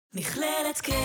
מכללת K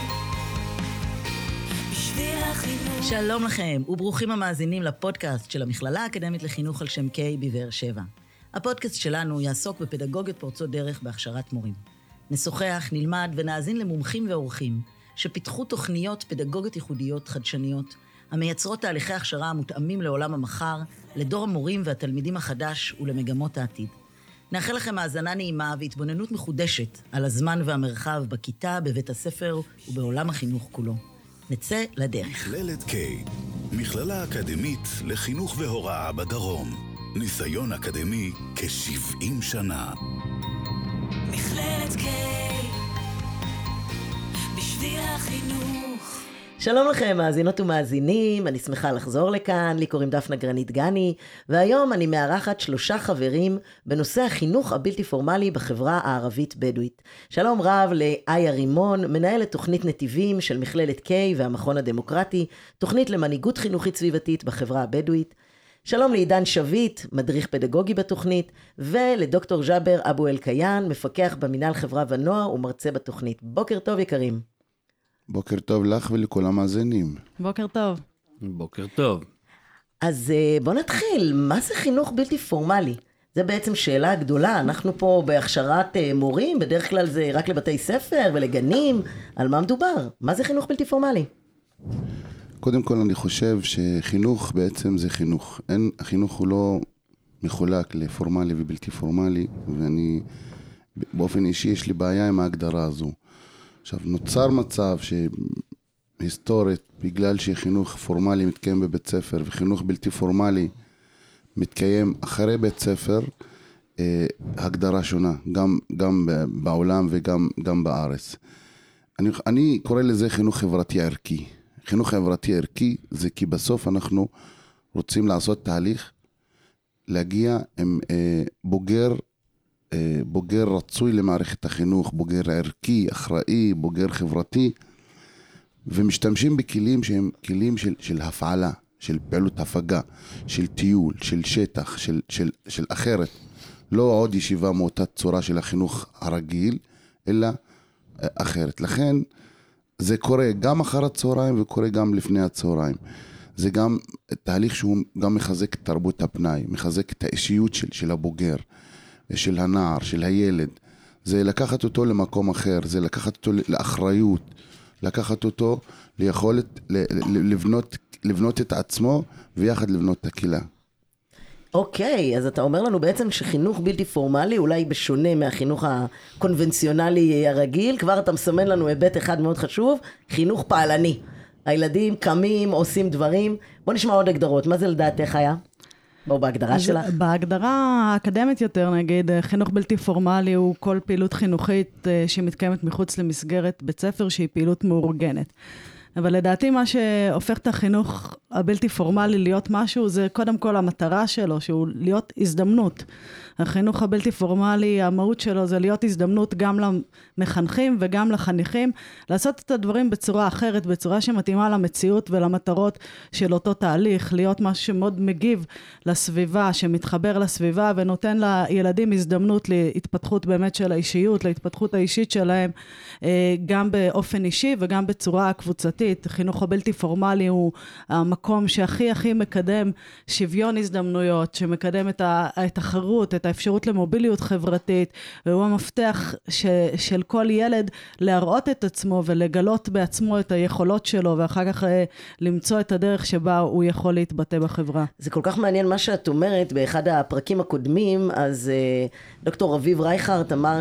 בשביל החינוך. שלום לכם וברוכים המאזינים לפודקאסט של המכללה האקדמית לחינוך על שם K בבאר שבע. הפודקאסט שלנו יעסוק בפדגוגיות פורצות דרך בהכשרת מורים. נשוחח, נלמד ונאזין למומחים ואורחים שפיתחו תוכניות פדגוגיות ייחודיות חדשניות המייצרות תהליכי הכשרה המותאמים לעולם המחר, לדור המורים והתלמידים החדש ולמגמות העתיד. נאחל לכם האזנה נעימה והתבוננות מחודשת על הזמן והמרחב בכיתה, בבית הספר ובעולם החינוך כולו. נצא לדרך. מכללת K, מכללה אקדמית לחינוך והוראה בדרום. ניסיון אקדמי כ-70 שנה. מכללת K בשביל החינוך. שלום לכם, מאזינות ומאזינים, אני שמחה לחזור לכאן, לי קוראים דפנה גרנית גני, והיום אני מארחת 3 חברים בנושא החינוך הבלתי פורמלי בחברה הערבית-בדואית. שלום רב לאיה רימון, מנהלת תוכנית נתיבים של מכללת K והמכון הדמוקרטי, תוכנית למנהיגות חינוכית סביבתית בחברה הבדואית. שלום לעידן שביט, מדריך פדגוגי בתוכנית, ולדוקטור ג'אבר אבו אל-קיין, מפקח במינהל חברה ונוער ומרצה בתוכנית. בוקר טוב יקרים. בוקר טוב לך ולכל המאזינים. בוקר טוב. בוקר טוב. אז בוא נתחיל, מה זה חינוך בלתי פורמלי? זה בעצם שאלה גדולה, אנחנו פה בהכשרת מורים, בדרך כלל זה רק לבתי ספר ולגנים, על מה מדובר? מה זה חינוך בלתי פורמלי? קודם כל אני חושב שחינוך בעצם זה חינוך. החינוך הוא לא מחולק לפורמלי ובלתי פורמלי, ואני באופן אישי יש לי בעיה עם ההגדרה הזו. עכשיו, נוצר מצב שהיסטורית, בגלל שחינוך פורמלי מתקיים בבית ספר, וחינוך בלתי פורמלי מתקיים אחרי בית ספר, הגדרה שונה, גם בעולם וגם בארץ. אני קורא לזה חינוך חברתי ערכי. חינוך חברתי ערכי זה כי בסוף אנחנו רוצים לעשות תהליך, להגיע עם בוגר רצוי למערכת החינוך, בוגר ערכי, אחראי, בוגר חברתי, ומשתמשים בכלים שהם כלים של הפעלה, של פעילות הפגה, של טיול, של שטח, של אחרת. לא עוד ישיבה מאותה צורה של החינוך הרגיל, אלא אחרת. לכן זה קורה גם אחר הצהריים וקורה גם לפני הצהריים. זה גם תהליך שהוא גם מחזק את תרבות הפנאי, מחזק את האישיות של הבוגר, של הנער, של הילד. זה לקחת אותו למקום אחר, זה לקחת אותו לאחריות, לקחת אותו ליכולת לבנות את עצמו ויחד לבנות את הקהילה. אוקיי, אז אתה אומר לנו בעצם שחינוך בלתי פורמלי, אולי בשונה מהחינוך הקונבנציונלי הרגיל, כבר אתה מסמן לנו היבט אחד מאוד חשוב, חינוך פעלני. הילדים קמים, עושים דברים. בוא נשמע עוד הגדרות, מה זה לדעתך היה? בואו בהגדרה שלך. בהגדרה האקדמית יותר, נגיד, חינוך בלתי פורמלי הוא כל פעילות חינוכית שמתקיימת מחוץ למסגרת בית ספר שהיא פעילות מאורגנת. אבל לדעתי מה שהופך את החינוך הבלתי פורמלי להיות משהו, זה קודם כל המטרה שלו, שהוא להיות הזדמנות. החינוך הבלתי פורמלי, המהות שלו זה להיות הזדמנות גם למחנכים וגם לחניכים, לעשות את הדברים בצורה אחרת, בצורה שמתאימה למציאות ולמטרות של אותו תהליך, להיות משהו שמאוד מגיב לסביבה, שמתחבר לסביבה ונותן לילדים הזדמנות להתפתחות באמת של האישיות, להתפתחות האישית שלהם, גם באופן אישי וגם בצורה קבוצתית. החינוך הבלתי פורמלי הוא המקום שהכי מקדם שוויון הזדמנויות, שמקדם את התחרות, את האפשרות למוביליות חברתית, והוא המפתח של כל ילד להראות את עצמו ולגלות בעצמו את היכולות שלו, ואחר כך למצוא את הדרך שבה הוא יכול להתבטא בחברה. זה כל כך מעניין מה שאת אומרת, באחד הפרקים הקודמים, אז דוקטור אביב רייכרט אמר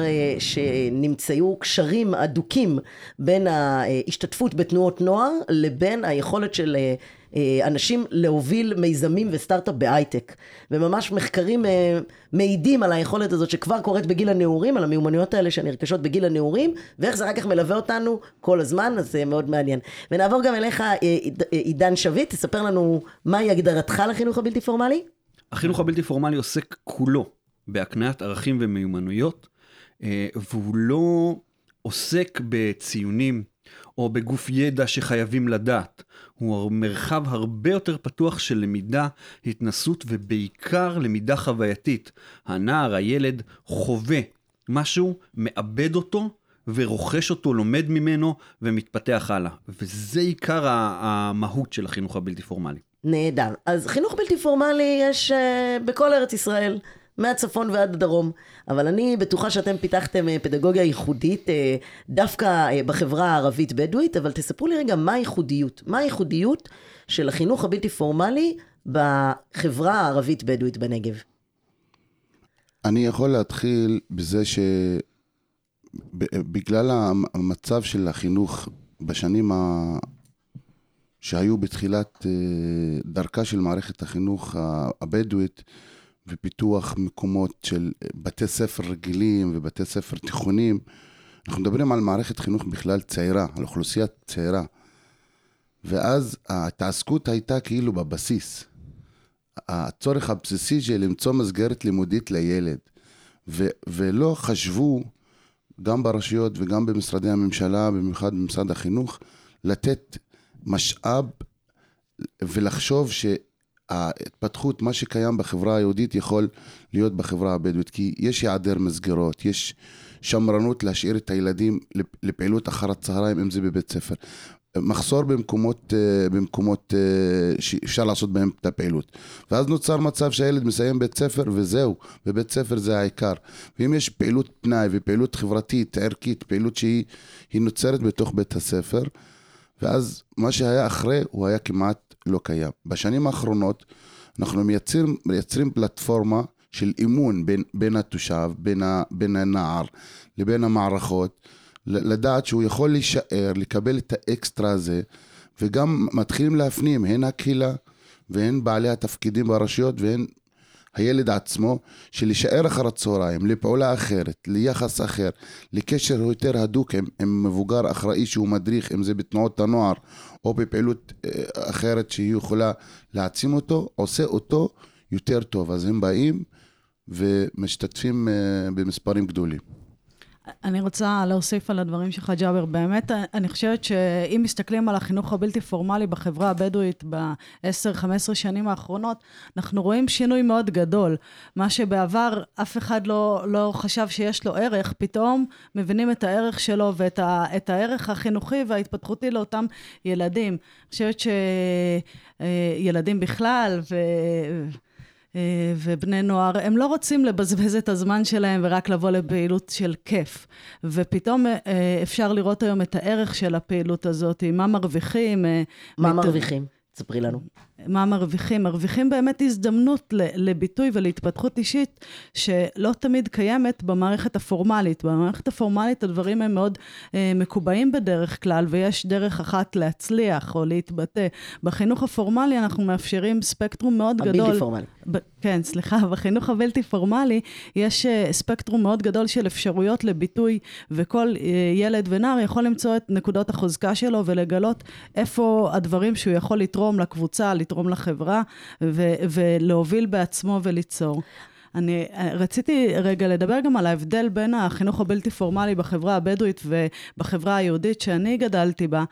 שנמצאו קשרים אדוקים בין ההשתתפות בתנועות נוער, לבין היכולת של אנשים להוביל מיזמים וסטארט-אפ בהייטק. וממש מחקרים מעידים על היכולת הזאת שכבר קורית בגיל הנעורים, על המיומנויות האלה שנרכשות בגיל הנעורים, ואיך זה רק כך מלווה אותנו כל הזמן, אז זה מאוד מעניין. ונעבור גם אליך, עידן שביט, תספר לנו מהי הגדרתך לחינוך הבלתי פורמלי? החינוך הבלתי פורמלי עוסק כולו בהקניית ערכים ומיומנויות, והוא לא עוסק בציונים או בגוף ידע שחייבים לדעת. הוא מרחב הרבה יותר פתוח של למידה, התנסות ובעיקר למידה חווייתית. הנער, הילד, חווה משהו, מאבד אותו ורוכש אותו, לומד ממנו ומתפתח הלאה. וזה עיקר המהות של החינוך הבלתי פורמלי. נהדר. אז חינוך בלתי פורמלי יש בכל ארץ ישראל, מהצפון ועד הדרום. אבל אני בטוחה שאתם פיתחתם פדגוגיה ייחודית דווקא בחברה הערבית בדואית, אבל תספרו לי רגע מה הייחודיות. מה הייחודיות של החינוך הבלתי פורמלי בחברה הערבית בדואית בנגב? אני יכול להתחיל בזה שבגלל המצב של החינוך בשנים שהיו בתחילת דרכה של מערכת החינוך הבדואית, ופיתוח מקומות של בתי ספר רגילים ובתי ספר תיכונים, אנחנו מדברים על מערכת חינוך בכלל צעירה, על אוכלוסייה צעירה. ואז ההתעסקות הייתה כאילו בבסיס. הצורך הבסיסי של למצוא מסגרת לימודית לילד. ולא חשבו, גם ברשויות וגם במשרדי הממשלה, במיוחד במשרד החינוך, לתת משאב ולחשוב ההתפתחות, מה שקיים בחברה היהודית יכול להיות בחברה הבדואית, כי יש יעדר מסגרות, יש שמרנות להשאיר את הילדים לפעילות אחר הצהריים, אם זה בבית ספר. מחסור במקומות שאפשר לעשות בהם את הפעילות. ואז נוצר מצב שהילד מסיים בית ספר וזהו, בבית ספר זה העיקר. ואם יש פעילות פנאי ופעילות חברתית, ערכית, פעילות שהיא נוצרת בתוך בית הספר, ואז מה שהיה אחרי הוא היה כמעט לא קיים. בשנים האחרונות אנחנו מייצרים פלטפורמה של אימון בין התושב, בין הנער לבין המערכות, לדעת שהוא יכול להישאר, לקבל את האקסטרה הזה, וגם מתחילים להפנים, הן הקהילה והן בעלי התפקידים ברשויות והן הילד עצמו, של להישאר אחר הצהריים, לפעולה אחרת, ליחס אחר, לקשר יותר הדוק עם מבוגר אחראי שהוא מדריך, אם זה בתנועות הנוער, או בפעילות אחרת שהיא יכולה להעצים אותו, עושה אותו יותר טוב. אז הם באים ומשתתפים במספרים גדולים. אני רוצה להוסיף על הדברים שלך, ג'אבר. באמת, אני חושבת שאם מסתכלים על החינוך הבלתי פורמלי בחברה הבדואית ב-10-15 שנים האחרונות, אנחנו רואים שינוי מאוד גדול. מה שבעבר אף אחד לא חשב שיש לו ערך, פתאום מבינים את הערך שלו ואת הערך החינוכי וההתפתחותי לאותם ילדים. אני חושבת שילדים בכלל ובני נוער, הם לא רוצים לבזבז את הזמן שלהם ורק לבוא לפעילות של כיף. ופתאום אפשר לראות היום את הערך של הפעילות הזאת, מה מרוויחים. מה מרוויחים? תספרי לנו. מה מרוויחים? מרוויחים באמת הזדמנות לביטוי ולהתפתחות אישית שלא תמיד קיימת במערכת הפורמלית. במערכת הפורמלית הדברים הם מאוד מקובעים בדרך כלל, ויש דרך אחת להצליח או להתבטא. בחינוך הפורמלי אנחנו מאפשרים ספקטרום מאוד גדול. הבלתי פורמלי. כן, סליחה, בחינוך הבלתי פורמלי יש ספקטרום מאוד גדול של אפשרויות לביטוי, וכל ילד ונער יכול למצוא את נקודות החוזקה שלו ולגלות איפה הדברים שהוא יכול לתרום לקבוצה, לתרום לחברה, ולהוביל בעצמו וליצור. אני רציתי רגע לדבר גם על ההבדל בין החינוך הבלתי פורמלי בחברה הבדואית ובחברה היהודית שאני גדלתי בה,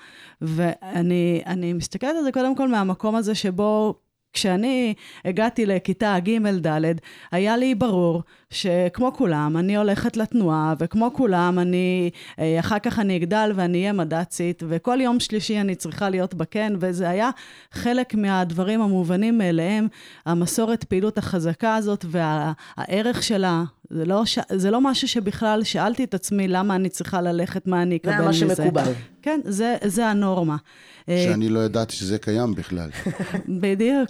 ואני מסתכלת על זה קודם כל מהמקום הזה שבו כשאני הגעתי לכיתה ג' ד', היה לי ברור שכמו כולם אני הולכת לתנועה, וכמו כולם אחר כך אני אגדל ואני אהיה מדעצית, וכל יום שלישי אני צריכה להיות בכן, וזה היה חלק מהדברים המובנים מאליהם, המסורת פעילות החזקה הזאת והערך שלה. זה לא משהו שבכלל שאלתי את עצמי למה אני צריכה ללכת, מה אני אקבל מזה. זה מה שמקובל. כן, זה הנורמה. שאני לא ידעתי שזה קיים בכלל. בדיוק.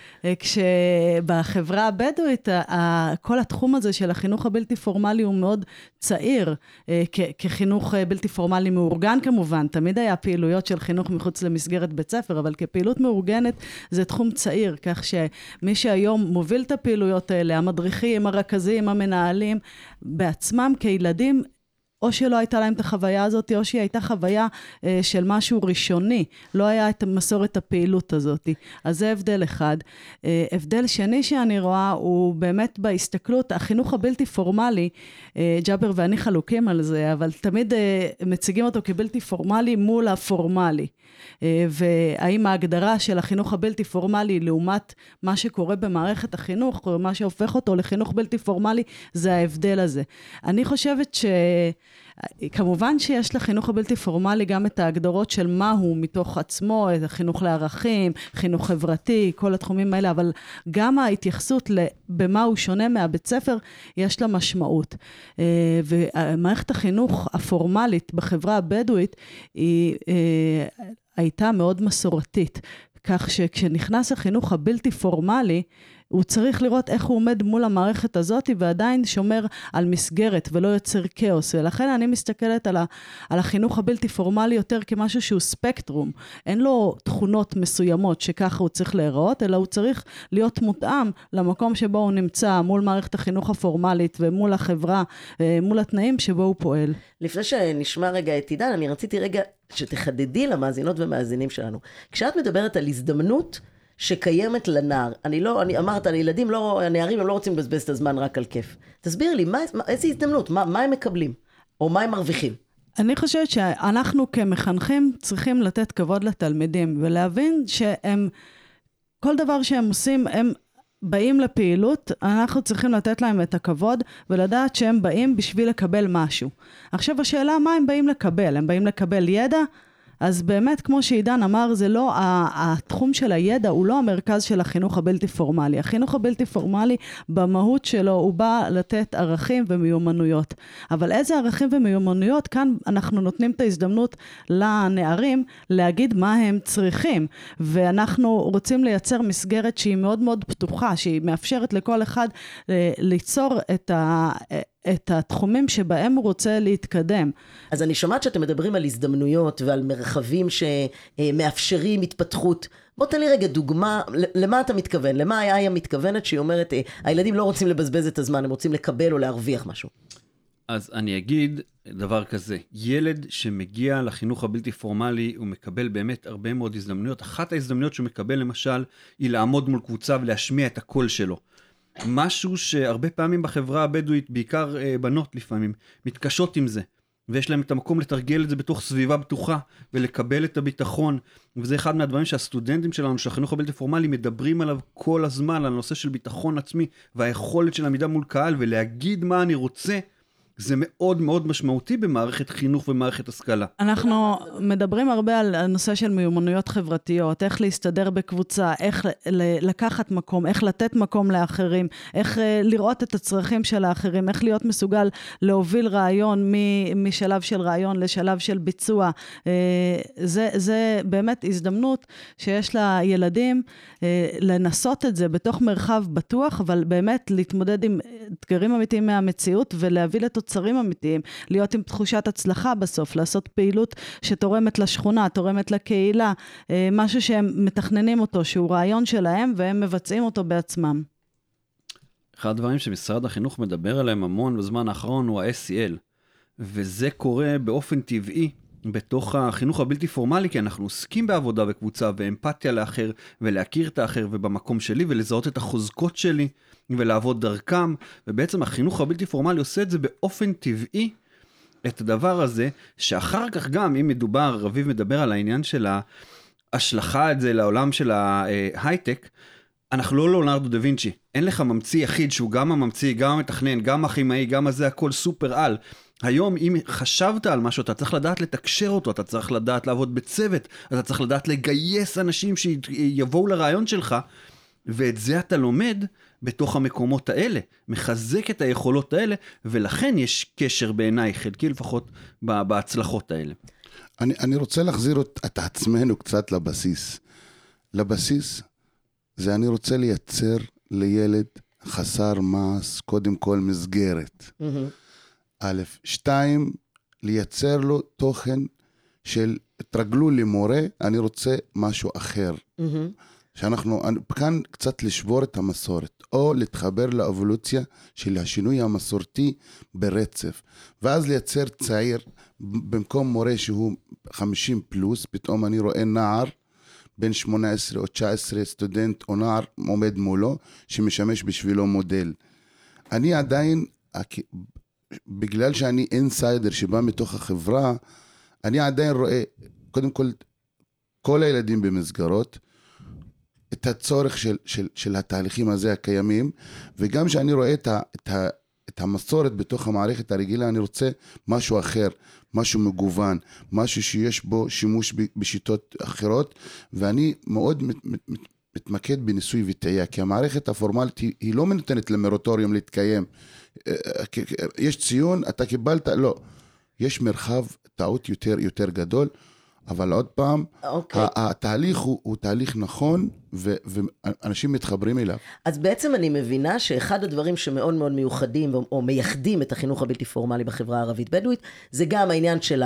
כשבחברה הבדואית, כל התחום הזה של החינוך הבלתי פורמלי הוא מאוד צעיר, כחינוך בלתי פורמלי מאורגן כמובן, תמיד היה פעילויות של חינוך מחוץ למסגרת בית ספר, אבל כפעילות מאורגנת זה תחום צעיר, כך שמי שהיום מוביל את הפעילויות האלה, המדריכים, הרכזים, המנהלים, בעצמם כילדים, או שלא הייתה להם את החוויה הזאת, או שהיא הייתה חוויה של משהו ראשוני, לא היה את מסורת הפעילות הזאת. אז זה הבדל אחד. הבדל שני שאני רואה, הוא באמת בהסתכלות, החינוך הבלתי פורמלי, ג'אבר ואני חלוקים על זה, אבל תמיד מציגים אותו כבלתי פורמלי מול הפורמלי. והאם ההגדרה של החינוך הבלתי פורמלי, לעומת מה שקורה במערכת החינוך, או מה שהופך אותו לחינוך בלתי פורמלי, זה ההבדל הזה. אני חושבת כמובן שיש לחינוך הבלתי פורמלי גם את ההגדרות של מהו מתוך עצמו, את החינוך לערכים, חינוך חברתי, כל התחומים האלה, אבל גם ההתייחסות במה הוא שונה מהבית ספר, יש לה משמעות. ומערכת החינוך הפורמלית בחברה הבדואית היא הייתה מאוד מסורתית, כך שכשנכנס החינוך הבלתי פורמלי, הוא צריך לראות איך הוא עומד מול המערכת הזאת, ועדיין שומר על מסגרת ולא יוצר כאוס. ולכן אני מסתכלת על החינוך הבלתי פורמלי יותר כמשהו שהוא ספקטרום. אין לו תכונות מסוימות שככה הוא צריך להיראות, אלא הוא צריך להיות מותאם למקום שבו הוא נמצא, מול מערכת החינוך הפורמלית ומול החברה, מול התנאים שבו הוא פועל. לפני שנשמע רגע את עידן, אני רציתי רגע שתחדדי למאזינות ומאזינים שלנו. כשאת מדברת על הזדמנות שקיימת לנער, אני אמרת, הילדים הנערים הם לא רוצים לבזבז את הזמן רק על כיף. תסביר לי, איזה הזדמנות, מה הם מקבלים? או מה הם מרוויחים? אני חושבת שאנחנו כמחנכים צריכים לתת כבוד לתלמידים, ולהבין שהם, כל דבר שהם עושים, הם באים לפעילות, אנחנו צריכים לתת להם את הכבוד, ולדעת שהם באים בשביל לקבל משהו. עכשיו השאלה, מה הם באים לקבל? הם באים לקבל ידע? אז באמת, כמו שעידן אמר, זה לא, התחום של הידע הוא לא המרכז של החינוך הבלתי פורמלי. החינוך הבלתי פורמלי, במהות שלו, הוא בא לתת ערכים ומיומנויות. אבל איזה ערכים ומיומנויות? כאן אנחנו נותנים את ההזדמנות לנערים להגיד מה הם צריכים. ואנחנו רוצים לייצר מסגרת שהיא מאוד מאוד פתוחה, שהיא מאפשרת לכל אחד ליצור את התחומים שבהם הוא רוצה להתקדם. אז אני שומעת שאתם מדברים על הזדמנויות ועל מרחבים שמאפשרים התפתחות. בוא תן לי רגע דוגמה, למה אתה מתכוון? למה היה מתכוונת שהיא אומרת, הילדים לא רוצים לבזבז את הזמן, הם רוצים לקבל או להרוויח משהו? אז אני אגיד דבר כזה, ילד שמגיע לחינוך הבלתי פורמלי, הוא מקבל באמת הרבה מאוד הזדמנויות. אחת ההזדמנויות שהוא מקבל למשל, היא לעמוד מול קבוצה ולהשמיע את הקול שלו. משהו שהרבה פעמים בחברה הבדואית, בעיקר בנות לפעמים, מתקשות עם זה. ויש להם את המקום לתרגל את זה בתוך סביבה בטוחה, ולקבל את הביטחון. וזה אחד מהדברים שהסטודנטים שלנו, של החינוך הבלתי פורמלי, מדברים עליו כל הזמן, על הנושא של ביטחון עצמי, והיכולת של עמידה מול קהל, ולהגיד מה אני רוצה, זה מאוד מאוד משמעותי במערכת חינוך ומערכת השכלה. אנחנו מדברים הרבה על הנושא של מיומנויות חברתיות, איך להסתדר בקבוצה, איך לקחת מקום, איך לתת מקום לאחרים, איך לראות את הצרכים של האחרים, איך להיות מסוגל להוביל רעיון משלב של רעיון לשלב של ביצוע. זה באמת הזדמנות שיש לילדים לנסות את זה בתוך מרחב בטוח, אבל באמת להתמודד עם אתגרים אמיתיים מהמציאות ולהביא לתוצרים אמיתיים, להיות עם תחושת הצלחה בסוף, לעשות פעילות שתורמת לשכונה, תורמת לקהילה, משהו שהם מתכננים אותו, שהוא רעיון שלהם והם מבצעים אותו בעצמם. אחד הדברים שמשרד החינוך מדבר עליהם המון בזמן האחרון הוא ה-SEL, וזה קורה באופן טבעי בתוך החינוך הבלתי פורמלי, כי אנחנו עוסקים בעבודה בקבוצה ואמפתיה לאחר ולהכיר את האחר ובמקום שלי ולזהות את החוזקות שלי ולעבוד דרכם, ובעצם החינוך הבלתי פורמלי עושה את זה באופן טבעי, את הדבר הזה, שאחר כך גם, אם מדובר, רביב מדבר על העניין של ההשלכה את זה לעולם של ההייטק, אנחנו לא לאונרדו דה וינצ'י, אין לך ממציא יחיד שהוא גם הממציא, גם המתכנן, גם הכימאי, גם הזה, הכל סופר על. היום אם חשבת על משהו, אתה צריך לדעת לתקשר אותו, אתה צריך לדעת לעבוד בצוות, אתה צריך לדעת לגייס אנשים שיבואו לרעיון שלך, ואת זה אתה לומד בתוך המקומות האלה, מחזק את היכולות האלה, ולכן יש קשר בעיניי, חלקי לפחות בהצלחות האלה. אני רוצה להחזיר את עצמנו קצת לבסיס. לבסיס זה אני רוצה לייצר לילד חסר מס, קודם כל מסגרת. א', 2, לייצר לו תוכן של תרגלו למורה, אני רוצה משהו אחר. שאנחנו כאן קצת לשבור את המסורת, או להתחבר לאבולוציה של השינוי המסורתי ברצף, ואז לייצר צעיר, במקום מורה שהוא 50 פלוס, פתאום אני רואה נער, בין 18 או 19 סטודנט או נער עומד מולו, שמשמש בשבילו מודל. אני עדיין, בגלל שאני אינסיידר שבא מתוך החברה, אני עדיין רואה, קודם כל הילדים במסגרות, את הצורך של התהליכים הזה הקיימים, וגם שאני רואה את את המסורת בתוך המערכת הרגילה, אני רוצה משהו אחר, משהו מגוון, משהו שיש בו שימוש בשיטות אחרות, ואני מאוד מתמקד בניסוי וטעייה, כי המערכת הפורמלית היא לא מנותנת למרוטוריום להתקיים. יש ציון, אתה קיבלת, לא. יש מרחב טעות יותר גדול, אבל עוד פעם, התהליך הוא תהליך נכון, ואנשים מתחברים אליו. אז בעצם אני מבינה שאחד הדברים שמאוד מאוד מיוחדים, או מייחדים את החינוך הבלתי פורמלי בחברה הערבית בדואית, זה גם העניין של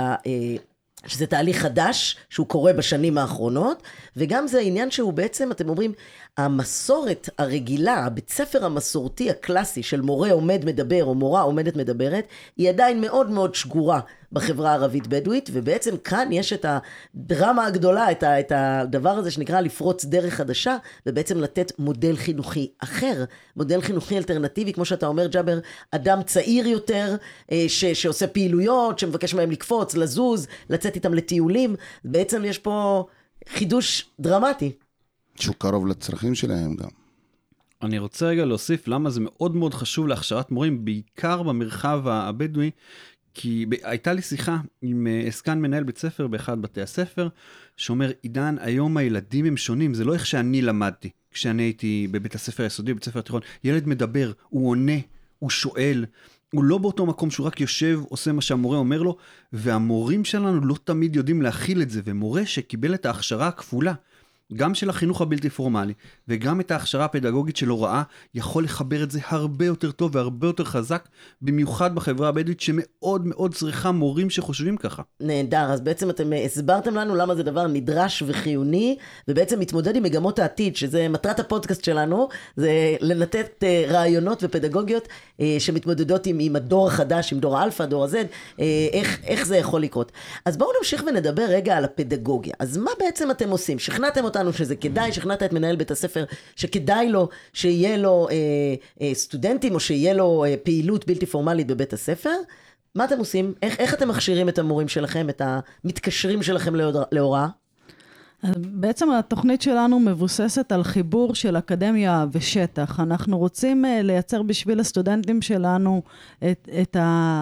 שזה תהליך חדש, שהוא קורה בשנים האחרונות, וגם זה העניין שהוא בעצם, אתם אומרים, המסורת הרגילה, הבית ספר המסורתי הקלאסי של מורה עומד מדבר, או מורה עומדת מדברת, היא עדיין מאוד מאוד שגורה בחברה הערבית בדואית, ובעצם כאן יש את הדרמה הגדולה, את הדבר הזה שנקרא לפרוץ דרך חדשה, ובעצם לתת מודל חינוכי אחר, מודל חינוכי אלטרנטיבי, כמו שאתה אומר ג'אבר, אדם צעיר יותר, שעושה פעילויות, שמבקש מהם לקפוץ, לזוז, לצאת איתם לטיולים, בעצם יש פה חידוש דרמטי. שהוא קרוב לצרכים שלהם גם. אני רוצה רגע להוסיף למה זה מאוד מאוד חשוב להכשרת מורים, בעיקר במרחב הבדואי, כי הייתה לי שיחה עם עסקן מנהל בית ספר באחד בתי הספר, שאומר, עידן, היום הילדים הם שונים, זה לא איך שאני למדתי, כשאני הייתי בבית הספר היסודי, בבית הספר התיכון, ילד מדבר, הוא עונה, הוא שואל, הוא לא באותו מקום שהוא רק יושב, עושה מה שהמורה אומר לו, והמורים שלנו לא תמיד יודעים להכיל את זה, ומורה שקיבל את ההכשרה הכפולה, גם של החינוך הבלתי פורמלי, וגם את ההכשרה הפדגוגית של הוראה, יכול לחבר את זה הרבה יותר טוב והרבה יותר חזק, במיוחד בחברה הבדואית, שמאוד מאוד צריכה מורים שחושבים ככה. נהדר, אז בעצם אתם הסברתם לנו למה זה דבר נדרש וחיוני, ובעצם מתמודד עם מגמות העתיד, שזה מטרת הפודקאסט שלנו, זה לנתת רעיונות ופדגוגיות שמתמודדות עם הדור החדש, עם דור האלפא, דור הזד, איך זה יכול לקרות. אז בואו נמשיך ונדבר רגע על הפדגוגיה. אז מה בעצם אתם עושים? שכנעתם אותנו שזה כדאי, שכנעת את מנהל בית הספר שכדאי לו שיהיה לו סטודנטים או שיהיה לו פעילות בלתי פורמלית בבית הספר. מה אתם עושים? איך אתם מכשירים את המורים שלכם, את המתקשרים שלכם להוראה? בעצם התוכנית שלנו מבוססת על חיבור של אקדמיה ושטח. אנחנו רוצים לייצר בשביל הסטודנטים שלנו את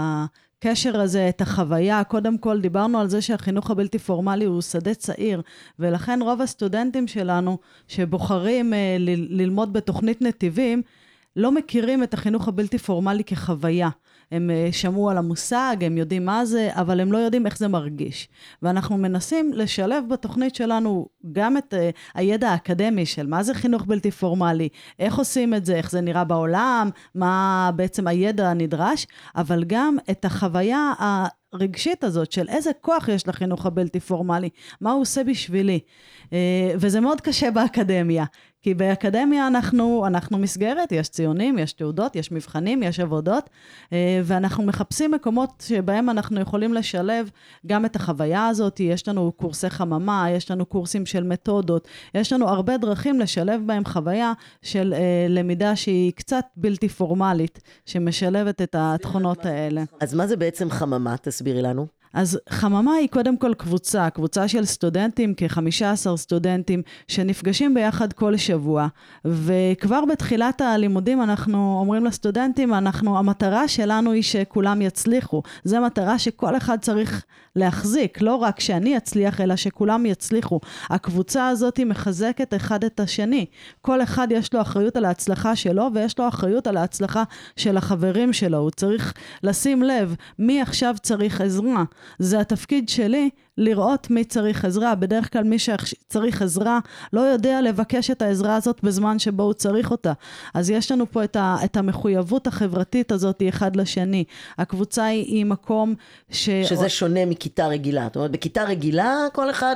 הקשר הזה, את החוויה. קודם כל דיברנו על זה שהחינוך הבלתי פורמלי הוא שדה צעיר, ולכן רוב הסטודנטים שלנו שבוחרים ללמוד בתוכנית נתיבים, לא מכירים את החינוך הבלתי פורמלי כחוויה. הם שמעו על המושג, הם יודעים מה זה, אבל הם לא יודעים איך זה מרגיש. ואנחנו מנסים לשלב בתוכנית שלנו גם את הידע האקדמי של מה זה חינוך בלתי פורמלי, איך עושים את זה, איך זה נראה בעולם, מה בעצם הידע הנדרש, אבל גם את החוויה הרגשית הזאת של איזה כוח יש לחינוך הבלתי פורמלי, מה הוא עושה בשבילי. וזה מאוד קשה באקדמיה, כי באקדמיה אנחנו מסגרת, יש ציונים, יש תעודות, יש מבחנים, יש עבודות, ואנחנו מחפשים מקומות שבהם אנחנו יכולים לשלב גם את החוויה הזאת. יש לנו קורסי חממה, יש לנו קורסים של מתודות, יש לנו הרבה דרכים לשלב בהם חוויה של למידה שהיא קצת בלתי פורמלית, שמשלבת את התכונות האלה. אז מה זה בעצם חממה? תסבירי לנו. אז חממה היא קודם כל קבוצה של סטודנטים, כ-15 סטודנטים, שנפגשים ביחד כל שבוע, וכבר בתחילת הלימודים אנחנו אומרים לסטודנטים, המטרה שלנו היא שכולם יצליחו, זו מטרה שכל אחד צריך להחזיק, לא רק שאני אצליח, אלא שכולם יצליחו. הקבוצה הזאת היא מחזקת אחד את השני, כל אחד יש לו אחריות על ההצלחה שלו, ויש לו אחריות על ההצלחה של החברים שלו, הוא צריך לשים לב, מי עכשיו צריך עזרה, זה התפקיד שלי לראות מי צריך עזרה. בדרך כלל מי שצריך עזרה לא יודע לבקש את העזרה הזאת בזמן שבו הוא צריך אותה. אז יש לנו פה את המחויבות החברתית הזאת אחד לשני. הקבוצה היא מקום שזה שונה מכיתה רגילה. זאת אומרת, בכיתה רגילה כל אחד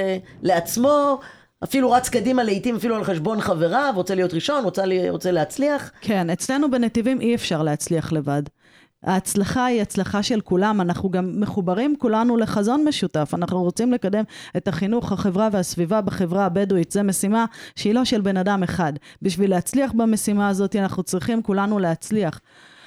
לעצמו אפילו רץ קדימה לעתים, אפילו על חשבון חבריו, רוצה להיות ראשון, רוצה להצליח. כן, אצלנו בנתיבים אי אפשר להצליח לבד. ההצלחה היא הצלחה של כולם, אנחנו גם מחוברים כולנו לחזון משותף, אנחנו רוצים לקדם את החינוך, החברה והסביבה בחברה הבדואית, זה משימה שהיא לא של בן אדם אחד, בשביל להצליח במשימה הזאת אנחנו צריכים כולנו להצליח.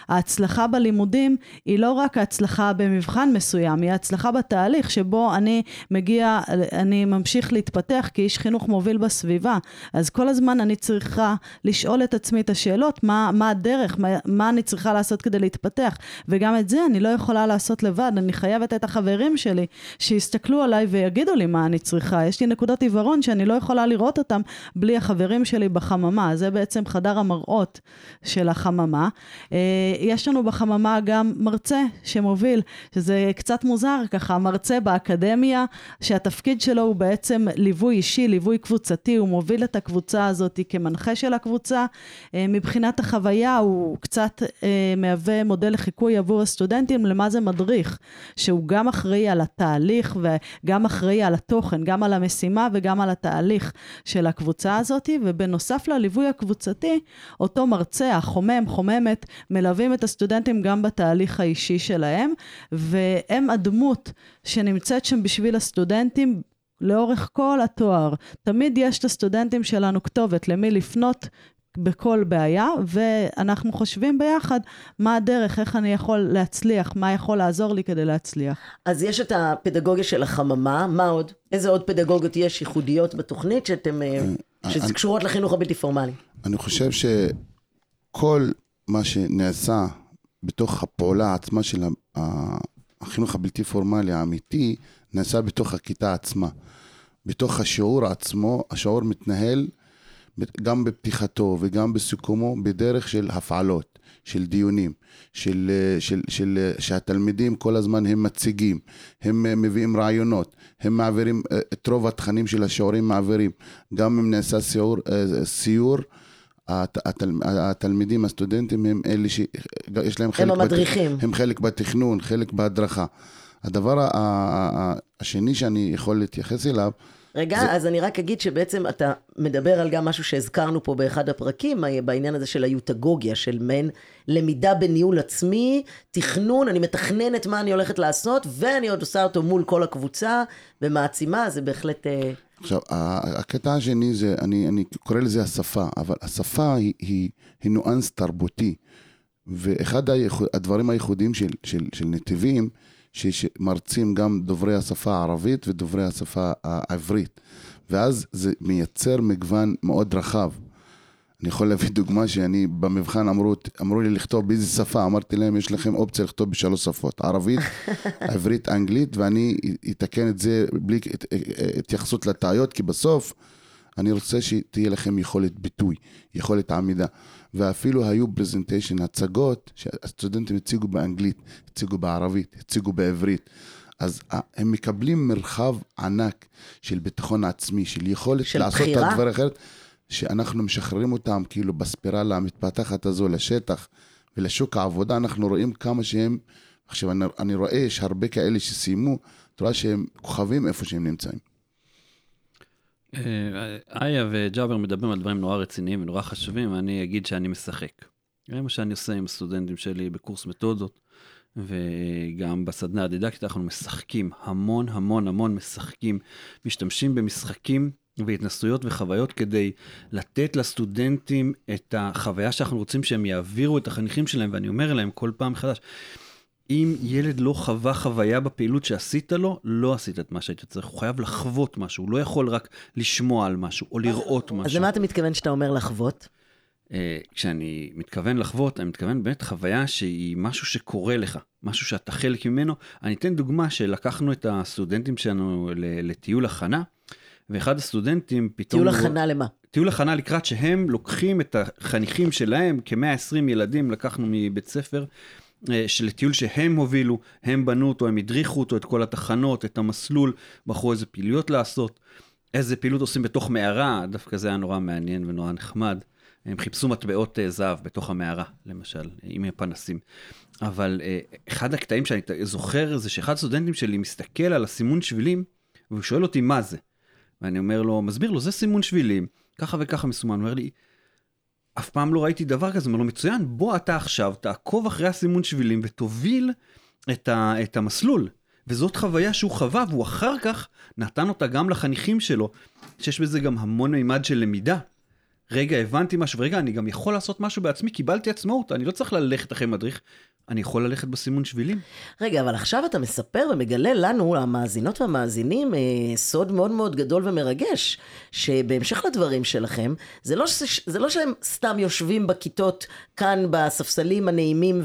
ההצלחה בלימודים היא לא רק ההצלחה במבחן מסוים, היא ההצלחה בתהליך שבו אני ממשיך להתפתח כאיש חינוך מוביל בסביבה. אז כל הזמן אני צריכה לשאול את עצמי את השאלות, מה הדרך, מה אני צריכה לעשות כדי להתפתח, וגם את זה אני לא יכולה לעשות לבד, אני חייבת את החברים שלי שיסתכלו עליי ויגידו לי מה אני צריכה. יש לי נקודות עיוורון שאני לא יכולה לראות אותם בלי החברים שלי בחממה. זה בעצם חדר המראות של החממה. יש לנו בחממה גם מרצה שמוביל, שזה קצת מוזר ככה, מרצה באקדמיה, שהתפקיד שלו הוא בעצם ליווי אישי, ליווי קבוצתי, הוא מוביל את הקבוצה הזאת כמנחה של הקבוצה. מבחינת החוויה הוא קצת מהווה מודל לחיקוי עבור הסטודנטים למה זה מדריך, שהוא גם אחראי על התהליך וגם אחראי על התוכן, גם על המשימה וגם על התהליך של הקבוצה הזאת, ובנוסף לליווי הקבוצתי, אותו מרצה, חוממת, מלווים את הסטודנטים גם בתהליך האישי שלהם, והם הדמות שנמצאת שם בשביל הסטודנטים לאורך כל התואר. תמיד יש לסטודנטים שלנו כתובת למי לפנות בכל בעיה, ואנחנו חושבים ביחד מה הדרך, איך אני יכול להצליח, מה יכול לעזור לי כדי להצליח. אז יש את הפדגוגיה של החממה, מה עוד? איזה עוד פדגוגיות יש ייחודיות בתוכנית שקשורות לחינוך הבלתי פורמלי? אני חושב שכל מה שנעשה בתוך הפעולה עצמה של החינוך הבלתי פורמלי האמיתי, נעשה בתוך הכיתה עצמה. בתוך השיעור עצמו, השיעור מתנהל גם בפתיחתו וגם בסיכומו בדרך של הפעלות, של דיונים, שהתלמידים כל הזמן הם מציגים, הם מביאים רעיונות, הם מעבירים את רוב התכנים של השיעורים מעבירים, גם אם נעשה סיור, התלמידים, הסטודנטים הם אלה שיש להם חלק, הם המדריכים. הם חלק בתכנון, חלק בהדרכה. הדבר השני שאני יכול להתייחס אליו, רגע, אז אני רק אגיד שבעצם אתה מדבר על גם משהו שהזכרנו פה באחד הפרקים, בעניין הזה של היוטגוגיה, של מעין למידה בניהול עצמי, תכנון, אני מתכננת מה אני הולכת לעשות, ואני עוד עושה אותו מול כל הקבוצה, ומעצימה, זה בהחלט... עכשיו, הקטע השני זה, אני קורא לזה השפה, אבל השפה היא נואנס תרבותי, ואחד הדברים הייחודיים של נתיבים, שמרצים גם דוברי השפה הערבית ודוברי השפה העברית, ואז זה מייצר מגוון מאוד רחב. אני יכול להביא דוגמה שאני במבחן אמרו לי לכתוב באיזה שפה, אמרתי להם יש לכם אופציה לכתוב בשלוש שפות, ערבית, עברית, אנגלית, ואני אתקן את זה בלי התייחסות לטעויות, כי בסוף אני רוצה שתהיה לכם יכולת ביטוי, יכולת עמידה, ואפילו היו פרזנטיישן, הצגות שהסטודנטים הציגו באנגלית, הציגו בערבית, הציגו בעברית, אז הם מקבלים מרחב ענק של ביטחון עצמי, של יכולת של לעשות את הדבר אחרת, שאנחנו משחררים אותם כאילו בספירלה המתפתחת הזו לשטח ולשוק העבודה, אנחנו רואים כמה שהם, עכשיו אני רואה יש הרבה כאלה שסיימו, תראה שהם כוכבים איפה שהם נמצאים. איה וג'אבר מדברים על דברים נורא רציניים ונורא חשובים, ואני אגיד שאני משחק. זה מה שאני עושה עם הסטודנטים שלי בקורס מתודות, וגם בסדנה הדידקטית אנחנו משחקים, המון משחקים, משתמשים במשחקים והתנסויות וחוויות כדי לתת לסטודנטים את החוויה שאנחנו רוצים שהם יעבירו את החניכים שלהם, ואני אומר להם כל פעם מחדש, אם ילד לא חווה חוויה בפעילות שעשית לו, לא עשית את מה שהיית צריך, הוא חייב לחוות משהו, הוא לא יכול רק לשמוע על משהו או לראות משהו. אז למה אתה מתכוון שאתה אומר לחוות? כשאני מתכוון לחוות, אני מתכוון באמת חוויה שהיא משהו שקורה לך, משהו שאתה חלק ממנו. אני אתן דוגמה שלקחנו את הסטודנטים שלנו לטיול הכנה, ואחד הסטודנטים פתאום... טיול הכנה למה? טיול הכנה לקראת שהם לוקחים את החניכים שלהם, כ-120 ילדים לקחנו מבית ספר, של טיול שהם הובילו, הם בנו אותו, הם הדריכו אותו, את כל התחנות, את המסלול, בחרו איזה פעילויות לעשות, איזה פעילות עושים בתוך מערה, דווקא זה היה נורא מעניין ונורא נחמד, הם חיפשו מטבעות זהב בתוך המערה, למשל, עם הפנסים. אבל אחד הקטעים שאני זוכר זה שאחד הסטודנטים שלי מסתכל על הסימון שבילים, והוא שואל אותי מה זה. ואני אומר לו, מסביר לו, זה סימון שבילים, ככה וככה מסומן. הוא אומר לי, אף פעם לא ראיתי דבר כזה, אומר לו, מצוין, בוא אתה עכשיו, תעקוב אחרי הסימון שבילים, ותוביל את המסלול. וזאת חוויה שהוא חווה, והוא אחר כך נתן אותה גם לחניכים שלו, שיש בזה גם המון מימד של למידה. רגע, הבנתי משהו, ורגע, אני גם יכול לעשות משהו בעצמי, קיבלתי עצמאות, אני לא צריך ללכת אחרי מדריך, אני יכול ללכת בסימון שבילים. רגע, אבל עכשיו אתה מספר ומגלה לנו, המאזינות והמאזינים, סוד מאוד מאוד גדול ומרגש, שבהמשך לדברים שלכם, זה לא שהם סתם יושבים בכיתות כאן בספסלים הנעימים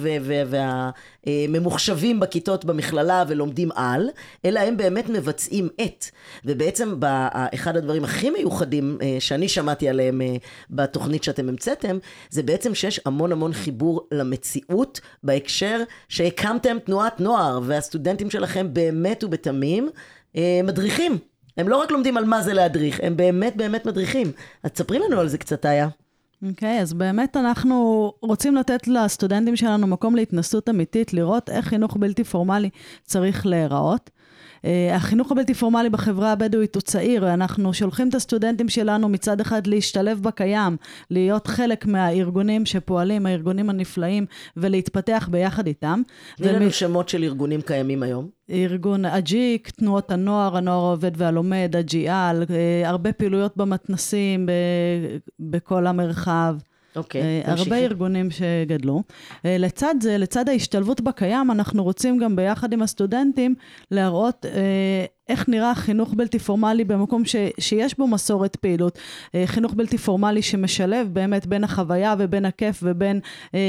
והממוחשבים בכיתות במכללה ולומדים על, אלא הם באמת מבצעים ובעצם אחד הדברים הכי מיוחדים שאני שמעתי עליהם בתוכנית שאתם המצאתם, זה בעצם שיש המון המון חיבור למציאות בהקשר שהקמתם תנועת נוער, והסטודנטים שלכם באמת ובתמים מדריכים. הם לא רק לומדים על מה זה להדריך, הם באמת באמת מדריכים. אז תספרי לנו על זה קצת, היה. אוקיי, אז באמת אנחנו רוצים לתת לסטודנטים שלנו מקום להתנסות אמיתית, לראות איך חינוך בלתי פורמלי צריך להיראות. החינוך הבלתי פורמלי בחברה הבדואית הוא צעיר, ואנחנו שולחים את הסטודנטים שלנו מצד אחד להשתלב בקיים, להיות חלק מהארגונים שפועלים, הארגונים הנפלאים, ולהתפתח ביחד איתם. תני לנו שמות של ארגונים קיימים היום. ארגון אג'יק, תנועות הנוער, הנוער העובד והלומד, אג'יאל, הרבה פעילויות במתנסים בכל המרחב. הרבה ארגונים שגדלו. לצד זה, לצד ההשתלבות בקיים, אנחנו רוצים גם ביחד עם הסטודנטים להראות איך נראה חינוך בלתי פורמלי במקום שיש בו מסורת פעילות. חינוך בלתי פורמלי שמשלב באמת בין החוויה ובין הכיף ובין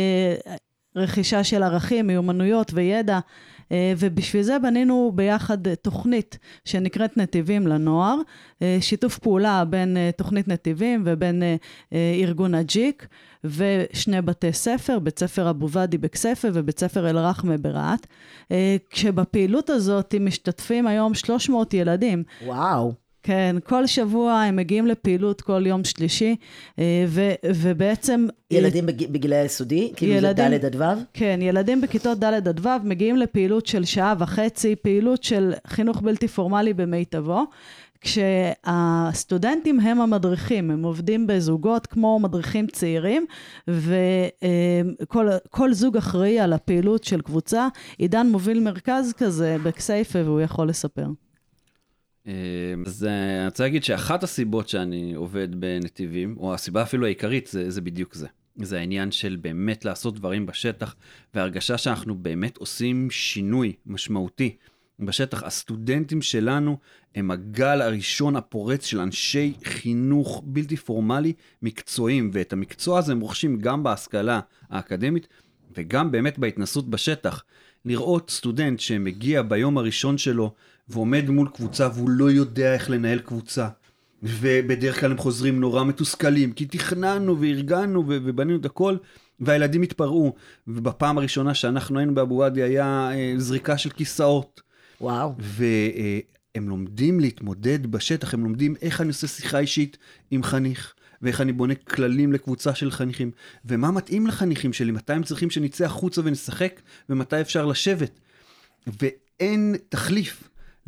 רכישה של ערכים, מיומנויות וידע. ובשביל זה בנינו ביחד תוכנית שנקראת נתיבים לנוער, שיתוף פעולה בין תוכנית נתיבים ובין ארגון אג'יק, ושני בתי ספר, בית ספר אבו ואדי בכסייפה ובית ספר אל רחמה ברהט, כשבפעילות הזאת משתתפים היום 300 ילדים. וואו. כן, כל שבוע הם מגיעים לפעילות כל יום שלישי, ובעצם... ילדים בגילי היסודי? כאילו זה ד' עד ו'? כן, ילדים בכיתות ד' עד ו' מגיעים לפעילות של שעה וחצי, פעילות של חינוך בלתי פורמלי במיטבו, כשהסטודנטים הם המדריכים, הם עובדים בזוגות כמו מדריכים צעירים, וכל זוג אחראי על הפעילות של קבוצה. עידן מוביל מרכז כזה בכסייפה, והוא יכול לספר. אז אני רוצה להגיד שאחת הסיבות שאני עובד בנתיבים, או הסיבה אפילו העיקרית, זה בדיוק זה. זה העניין של באמת לעשות דברים בשטח, והרגשה שאנחנו באמת עושים שינוי משמעותי בשטח. הסטודנטים שלנו הם הגל הראשון הפורץ של אנשי חינוך בלתי פורמלי מקצועיים, ואת המקצוע הזה הם רוכשים גם בהשכלה האקדמית, וגם באמת בהתנסות בשטח. לראות סטודנט שמגיע ביום הראשון שלו, ועומד מול קבוצה והוא לא יודע איך לנהל קבוצה. ובדרך כלל הם חוזרים נורא מתוסכלים, כי תכננו וארגנו ובנינו את הכל, והילדים התפרעו. ובפעם הראשונה שאנחנו היינו באבו ואדי היה זריקה של כיסאות. וואו. והם לומדים להתמודד בשטח, הם לומדים איך אני עושה שיחה אישית עם חניך, ואיך אני בונה כללים לקבוצה של חניכים, ומה מתאים לחניכים שלי, מתי הם צריכים שנצא החוצה ונשחק, ומתי אפשר לשבת. ואין תחליף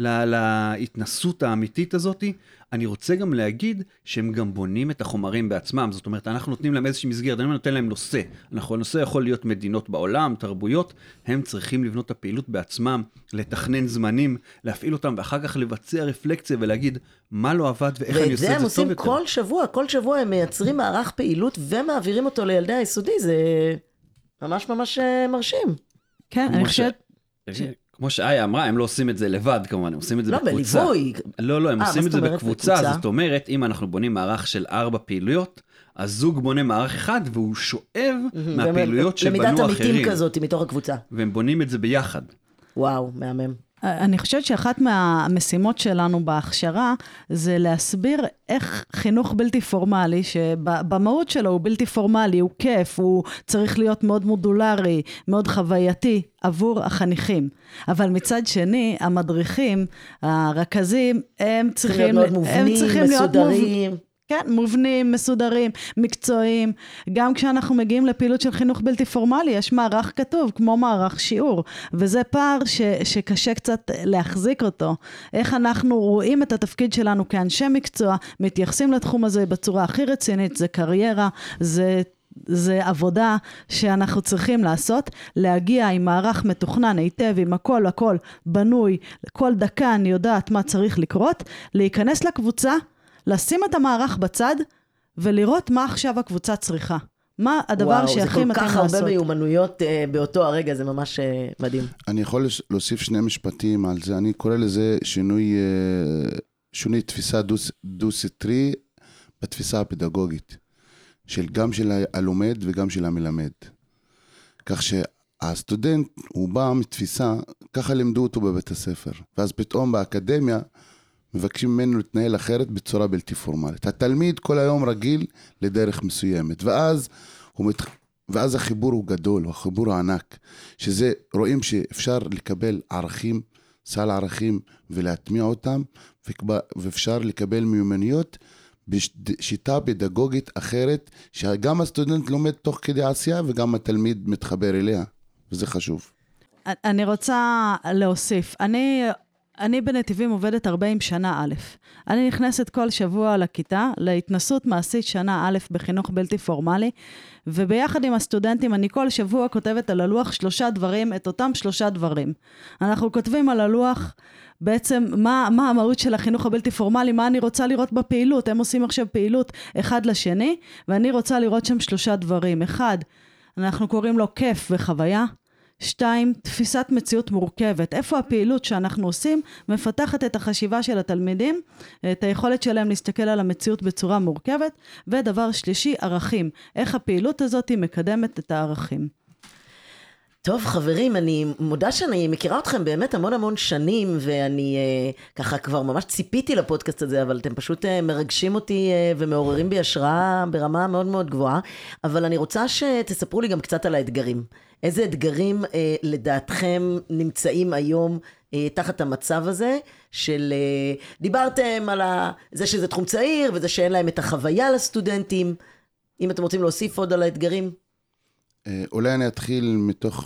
להתנסות האמיתית הזאת. אני רוצה גם להגיד שהם גם בונים את החומרים בעצמם, זאת אומרת, אנחנו נותנים להם איזושהי מסגרת, אני נותן להם נושא, הנושא יכול להיות מדינות בעולם, תרבויות, הם צריכים לבנות את הפעילות בעצמם, לתכנן זמנים, להפעיל אותם, ואחר כך לבצע רפלקציה ולהגיד מה לא עבד ואיך אני עושה את זה טוב יותר. ואת זה הם עושים כל שבוע הם מייצרים מערך פעילות ומעבירים אותו לילדי היסודי, זה ממש ממש מרשים. כן, אני חושבת... כמו שאיה אמרה, הם לא עושים את זה לבד, כמובן, הם עושים את זה בקבוצה. לא, בליווי. לא, הם עושים את זה בקבוצה, זאת אומרת, אם אנחנו בונים מערך של 4 פעילויות, הזוג בונה מערך אחד, והוא שואב מהפעילויות שבנו אחרים. למידת עמיתים כזאת, מתוך הקבוצה. והם בונים את זה ביחד. וואו, מהמם. אני חושבת שאחת מהמשימות שלנו בהכשרה, זה להסביר איך חינוך בלתי פורמלי, שבמהות שלו הוא בלתי פורמלי, הוא כיף, הוא צריך להיות מאוד מודולרי, מאוד חווייתי עבור החניכים. אבל מצד שני, המדריכים, הרכזים, הם צריכים להיות מובנים, מסודרים. כן, מובנים, מסודרים, מקצועיים. גם כשאנחנו מגיעים לפעילות של חינוך בלתי פורמלי, יש מערך כתוב, כמו מערך שיעור. וזה פער שקשה קצת להחזיק אותו. איך אנחנו רואים את התפקיד שלנו כאנשי מקצוע, מתייחסים לתחום הזה בצורה הכי רצינית, זה קריירה, זה עבודה שאנחנו צריכים לעשות, להגיע עם מערך מתוכנן היטב, עם הכל בנוי, כל דקה אני יודעת מה צריך לקרות, להיכנס לקבוצה, לשים את המערך בצד ולראות מה עכשיו הקבוצה צריכה. מה הדבר וואו, שהכי מתאים לעשות. זה כל כך הרבה מיומנויות באותו הרגע, זה ממש מדהים. אני יכול להוסיף שני משפטים על זה. אני קורא לזה שינוי תפיסה דו-סטרי בתפיסה הפדגוגית, גם של הלומד וגם של המלמד. כך שהסטודנט הוא בא מתפיסה, ככה לימדו אותו בבית הספר, ואז פתאום באקדמיה מבקשים ממנו להתנהל אחרת בצורה בלתי פורמלית. התלמיד כל היום רגיל לדרך מסוימת, ואז החיבור הוא גדול, החיבור הענק, שזה רואים שאפשר לקבל ערכים, סל ערכים ולהטמיע אותם, ואפשר לקבל מיומנויות בשיטה פדגוגית אחרת, שגם הסטודנט לומד תוך כדי עשייה וגם התלמיד מתחבר אליה, וזה חשוב. אני רוצה להוסיף, אני בנתיבים עובדת 40 שנה א'. אני נכנסת כל שבוע לכיתה, להתנסות מעשית שנה א' בחינוך בלתי פורמלי, וביחד עם הסטודנטים אני כל שבוע כותבת על הלוח 3 דברים, את אותם 3 דברים. אנחנו כותבים על הלוח בעצם מה המהות של החינוך הבלתי פורמלי, מה אני רוצה לראות בפעילות. הם עושים עכשיו פעילות אחד לשני, ואני רוצה לראות שם 3 דברים. 1, אנחנו קוראים לו כיף וחוויה. 2, תפיסת מציאות מורכבת. איפה הפעילות שאנחנו עושים מפתחת את החשיבה של התלמידים, את היכולת שלהם להסתכל על המציאות בצורה מורכבת. ודבר שלישי, ערכים. איך הפעילות הזאת מקדמת את הערכים. טוב חברים, אני מודה שאני מכירה אתכם באמת המון שנים, ואני ככה כבר ממש ציפיתי לפודקאסט הזה, אבל אתם פשוט מרגשים אותי ומעוררים בי השראה ברמה מאוד מאוד גבוהה, אבל אני רוצה שתספרו לי גם קצת על האתגרים. איזה אתגרים לדעתכם נמצאים היום תחת המצב הזה, של דיברתם על זה שזה תחום צעיר, וזה שאין להם את החוויה לסטודנטים. אם אתם רוצים להוסיף עוד על האתגרים? אולי אני אתחיל מתוך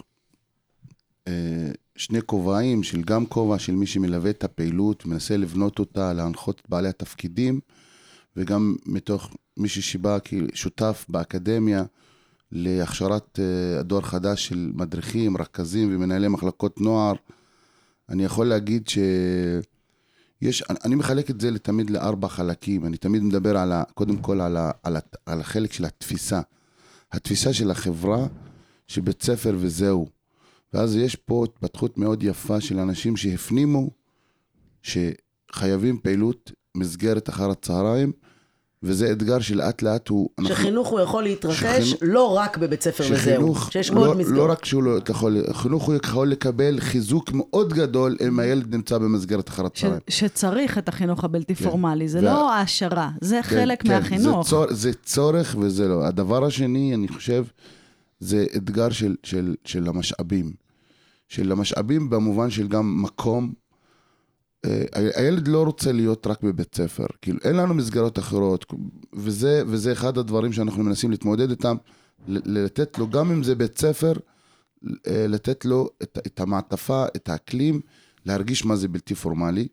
שני כובעים, של גם כובע של מי שמלווה את הפעילות, מנסה לבנות אותה, להנחות את בעלי התפקידים, וגם מתוך מישהו שבא שותף באקדמיה, להכשרת הדור חדש של מדריכים, רכזים ומנהלי מחלקות נוער. אני יכול להגיד אני מחלק את זה תמיד ל4 חלקים. אני תמיד מדבר קודם כל על החלק של התפיסה. התפיסה של החברה, שבית ספר וזהו. ואז יש פה התפתחות מאוד יפה של אנשים שהפנימו, שחייבים פעילות מסגרת אחר הצהריים, וזה אתגר שלאט לאט שחינוך הוא יכול להתרחש לא רק בבית ספר וזהו, שיש עוד מסגרת. לא רק חינוך הוא יכול לקבל חיזוק מאוד גדול אם הילד נמצא במסגרת אחר הצהריים. שצריך את החינוך הבלתי פורמלי, זה לא העשרה, זה חלק מהחינוך. זה צורך וזה לא. הדבר השני, אני חושב, זה אתגר של המשאבים. של המשאבים במובן של גם מקום. הילד לא רוצה להיות רק בבית ספר, כאילו אין לנו מסגרות אחרות, וזה אחד הדברים שאנחנו מנסים להתמודד איתם, לתת לו, גם אם זה בית ספר, לתת לו את המעטפה, את האקלים, להרגיש מה זה בלתי פורמלי.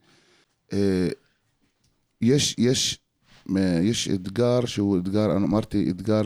יש אתגר שהוא אתגר, אני אמרתי, אתגר,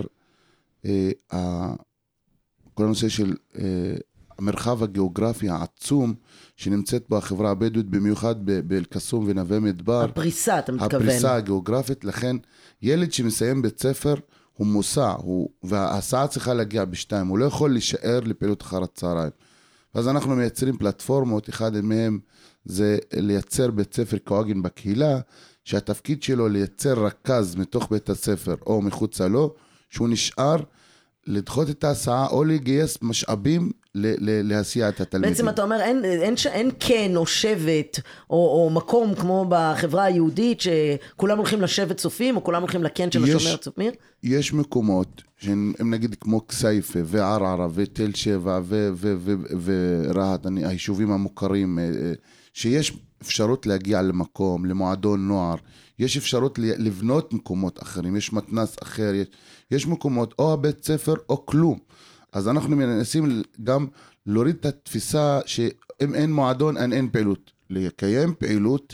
כל הנושא של המרחב הגיאוגרפי העצום שנמצאת בו החברה הבדואית, במיוחד באל-קסום ונווה מדבר. הפריסה, אתה מתכוון. הפריסה הגיאוגרפית, לכן ילד שמסיים בית ספר הוא מוסע, וההסעה צריכה להגיע ב2, הוא לא יכול להישאר לפעילות אחר הצהריים. ואז אנחנו מייצרים פלטפורמות, אחד מהם זה לייצר בית ספר כעוגן בקהילה, שהתפקיד שלו לייצר רכז מתוך בית הספר או מחוצה לו, שהוא נשאר לדחות את ההסעה או לגייס משאבים להסיע את התלמידים. בעצם אתה אומר, אין כן או שבט או מקום כמו בחברה היהודית שכולם הולכים לשבט צופים או כולם הולכים לכן של השומר צופמיר? יש מקומות שהם נגיד כמו כסייפה וערערה ותל שבע ורהט, היישובים המוכרים, שיש אפשרות להגיע למקום, למועדון נוער, יש אפשרות לבנות מקומות אחרים, יש מתנס אחר, יש מקומות או הבית ספר או כלום. אז אנחנו מנסים גם להוריד את התפיסה שאם אין מועדון, אין פעילות. לקיים פעילות,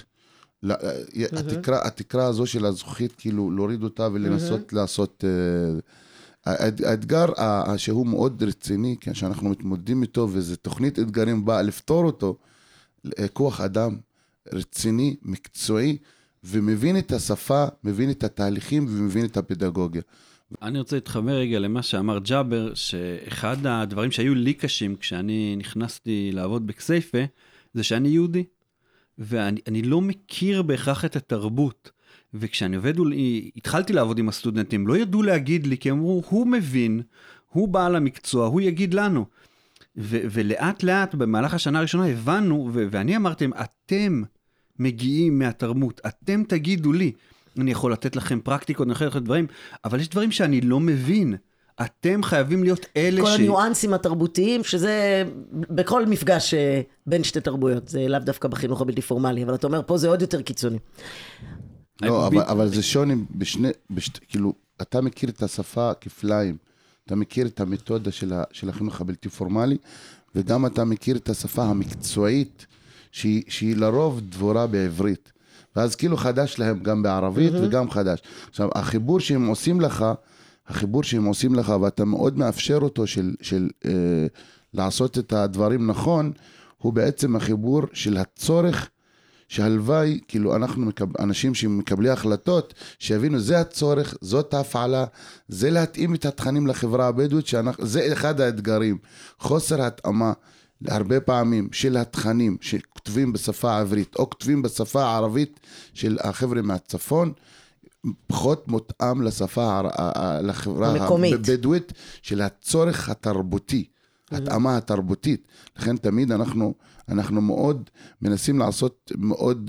התקרה הזו של הזכוכית, כאילו להוריד אותה ולנסות לעשות... האתגר שהוא מאוד רציני, שאנחנו מתמודדים איתו, וזו תוכנית אתגרים באה לפתור אותו, כוח אדם רציני, מקצועי, ומבין את השפה, מבין את התהליכים ומבין את הפדגוגיה. אני רוצה להתחבר רגע למה שאמר ג'אבר, שאחד הדברים שהיו לי קשים כשאני נכנסתי לעבוד בכסייפה, זה שאני יהודי, ואני לא מכיר בהכרח את התרבות, וכשאני התחלתי לעבוד עם הסטודנטים, לא ידעו להגיד לי, כי אמרו, הוא מבין, הוא בעל המקצוע, הוא יגיד לנו. ולאט לאט, במהלך השנה הראשונה, הבנו, ואני אמרתם, אתם מגיעים מהתרבות, אתם תגידו לי, אני יכול לתת לכם פרקטיקות, אני יכול לתת דברים, אבל יש דברים שאני לא מבין. אתם חייבים להיות אלה כל הניואנסים התרבותיים, שזה בכל מפגש בין שתי תרבויות, זה לאו דווקא בחינוך הבלתי פורמלי, אבל אתה אומר, פה זה עוד יותר קיצוני. לא, אבל זה שוני כאילו, אתה מכיר את השפה כפליים, אתה מכיר את המתודה של החינוך הבלתי פורמלי, וגם אתה מכיר את השפה המקצועית, שהיא לרוב דבורה בעברית. ואז כאילו חדש להם גם בערבית וגם חדש. עכשיו, החיבור שהם עושים לך, ואתה מאוד מאפשר אותו של לעשות את הדברים נכון, הוא בעצם החיבור של הצורך שהלוואי, כאילו אנחנו אנשים שמקבלי החלטות, שיבינו זה הצורך, זאת ההפעלה, זה להתאים את התכנים לחברה הבדואית, זה אחד האתגרים, חוסר התאמה, הרבה פעמים של התכנים שכתובים בשפה העברית או כתובים בשפה הערבית של החבר'ה מהצפון, פחות מותאם לשפה, לחברה הבדואית של הצורך התרבותי, התאמה התרבותית. לכן תמיד אנחנו מאוד מנסים לעשות מאוד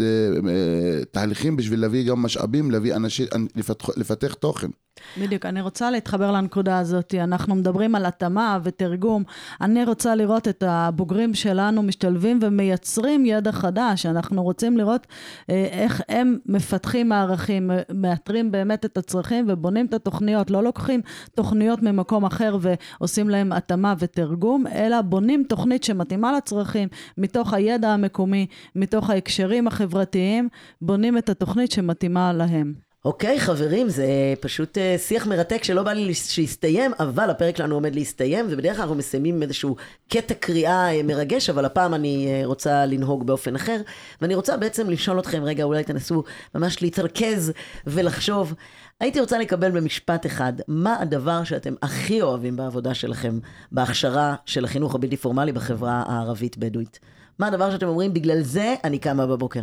תהליכים בשביל להביא גם משאבים, להביא אנשים, לפתח תוכן. בדיוק, אני רוצה להתחבר לנקודה הזאת, אנחנו מדברים על התאמה ותרגום, אני רוצה לראות את הבוגרים שלנו משתלבים ומייצרים ידע חדש, אנחנו רוצים לראות איך הם מפתחים מערכים, מאתרים באמת את הצרכים ובונים את התוכניות, לא לוקחים תוכניות ממקום אחר ועושים להם התאמה ותרגום, אלא בונים תוכנית שמתאימה לצרכים, מתוך הידע המקומי, מתוך ההקשרים החברתיים, בונים את התוכנית שמתאימה להם. אוקיי, חברים, זה פשוט שיח מרתק שלא בא לי שיסתיים, אבל הפרק שלנו עומד להסתיים, ובדרך כלל אנחנו מסיימים איזשהו קטע קריאה מרגש, אבל הפעם אני רוצה לנהוג באופן אחר, ואני רוצה בעצם לשאול אתכם, רגע, אולי תנסו ממש להתרכז ולחשוב, הייתי רוצה לקבל במשפט אחד, מה הדבר שאתם הכי אוהבים בעבודה שלכם, בהכשרה של החינוך הבלתי פורמלי בחברה הערבית בדואית? מה הדבר שאתם אומרים, בגלל זה אני קמה בבוקר?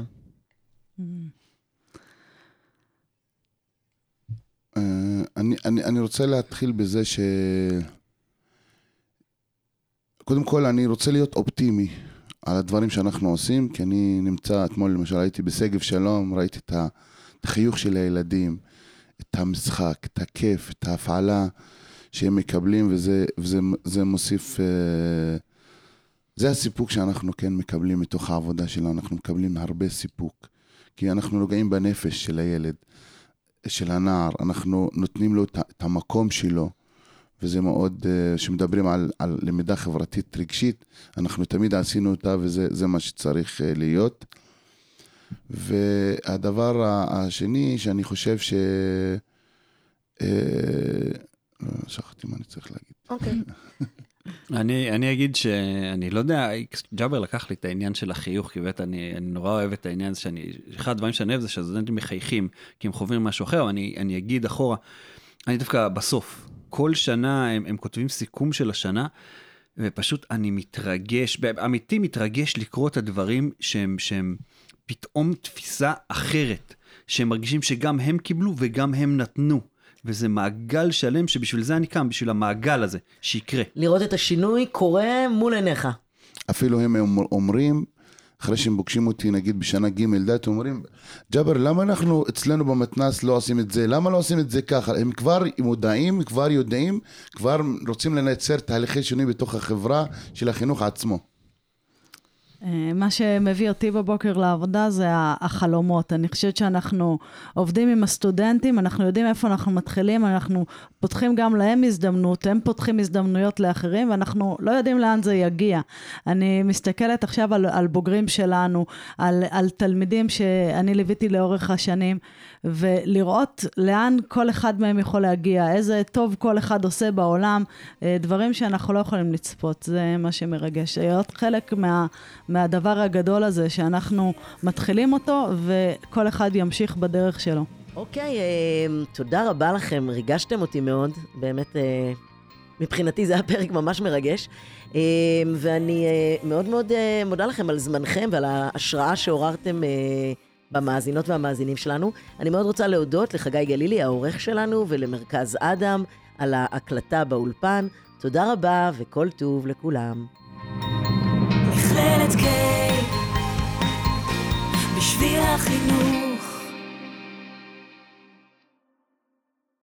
אני רוצה להתחיל בזה קודם כל אני רוצה להיות אופטימי על הדברים שאנחנו עושים, כי אני נמצא, אתמול למשל הייתי בשגב שלום, ראיתי את החיוך של הילדים, את המשחק, את הכיף, את ההפעלה שהם מקבלים, וזה מוסיף, זה הסיפוק שאנחנו כן מקבלים מתוך העבודה שלנו, אנחנו מקבלים הרבה סיפוק, כי אנחנו נוגעים בנפש של הילד, של הנער, אנחנו נותנים לו את המקום שלו, וזה מאוד, שמדברים על למידה חברתית רגשית, אנחנו תמיד עשינו אותה, וזה מה שצריך להיות. והדבר השני שאני חושב שכחתי מה אני צריך להגיד. אוקיי. אני אגיד שאני לא יודע, ג'אבר לקח לי את העניין של החיוך, כי באמת אני נורא אוהב את העניין אחד הדברים שאני אוהב זה שהסטודנטים מחייכים, כי הם חווים משהו אחר, אני אגיד אחורה, אני דווקא בסוף, כל שנה הם כותבים סיכום של השנה, ופשוט אני מתרגש, אמיתי מתרגש לקרוא את הדברים שהם פתאום תפיסה אחרת, שהם מרגישים שגם הם קיבלו וגם הם נתנו. וזה מעגל שלם שבשביל זה אני קם, בשביל המעגל הזה, שיקרה. לראות את השינוי קורה מול עיניך. אפילו הם אומרים, אחרי שהם פוגשים אותי, נגיד בשנה ג' ד', אומרים, ג'אבר, למה אנחנו אצלנו במתנ"ס לא עושים את זה? למה לא עושים את זה ככה? הם כבר מודעים, כבר יודעים, כבר רוצים לייצר תהליכי שינוי בתוך החברה של החינוך עצמו. מה שמביא אותי בבוקר לעבודה זה החלומות. אני חושבת שאנחנו עובדים עם הסטודנטים, אנחנו יודעים איפה אנחנו מתחילים, אנחנו פותחים גם להם הזדמנות, הם פותחים הזדמנויות לאחרים, ואנחנו לא יודעים לאן זה יגיע. אני מסתכלת עכשיו על בוגרים שלנו, על תלמידים שאני ליוויתי לאורך השנים, ולראות לאן כל אחד מהם יכול להגיע, איזה טוב כל אחד עושה בעולם, דברים שאנחנו לא יכולים לצפות, זה מה שמרגש. להיות חלק מהדבר הגדול הזה שאנחנו מתחילים אותו, וכל אחד ימשיך בדרך שלו. אוקיי, תודה רבה לכם, ריגשתם אותי מאוד, באמת מבחינתי זה היה פרק ממש מרגש, ואני מאוד מאוד מודה לכם על זמנכם ועל ההשראה שעוררתם במאזינות והמאזינים שלנו. אני מאוד רוצה להודות לחגי גלילי, העורך שלנו, ולמרכז אדם על ההקלטה באולפן. תודה רבה וכל טוב לכולם. מכללת K בשביל החינוך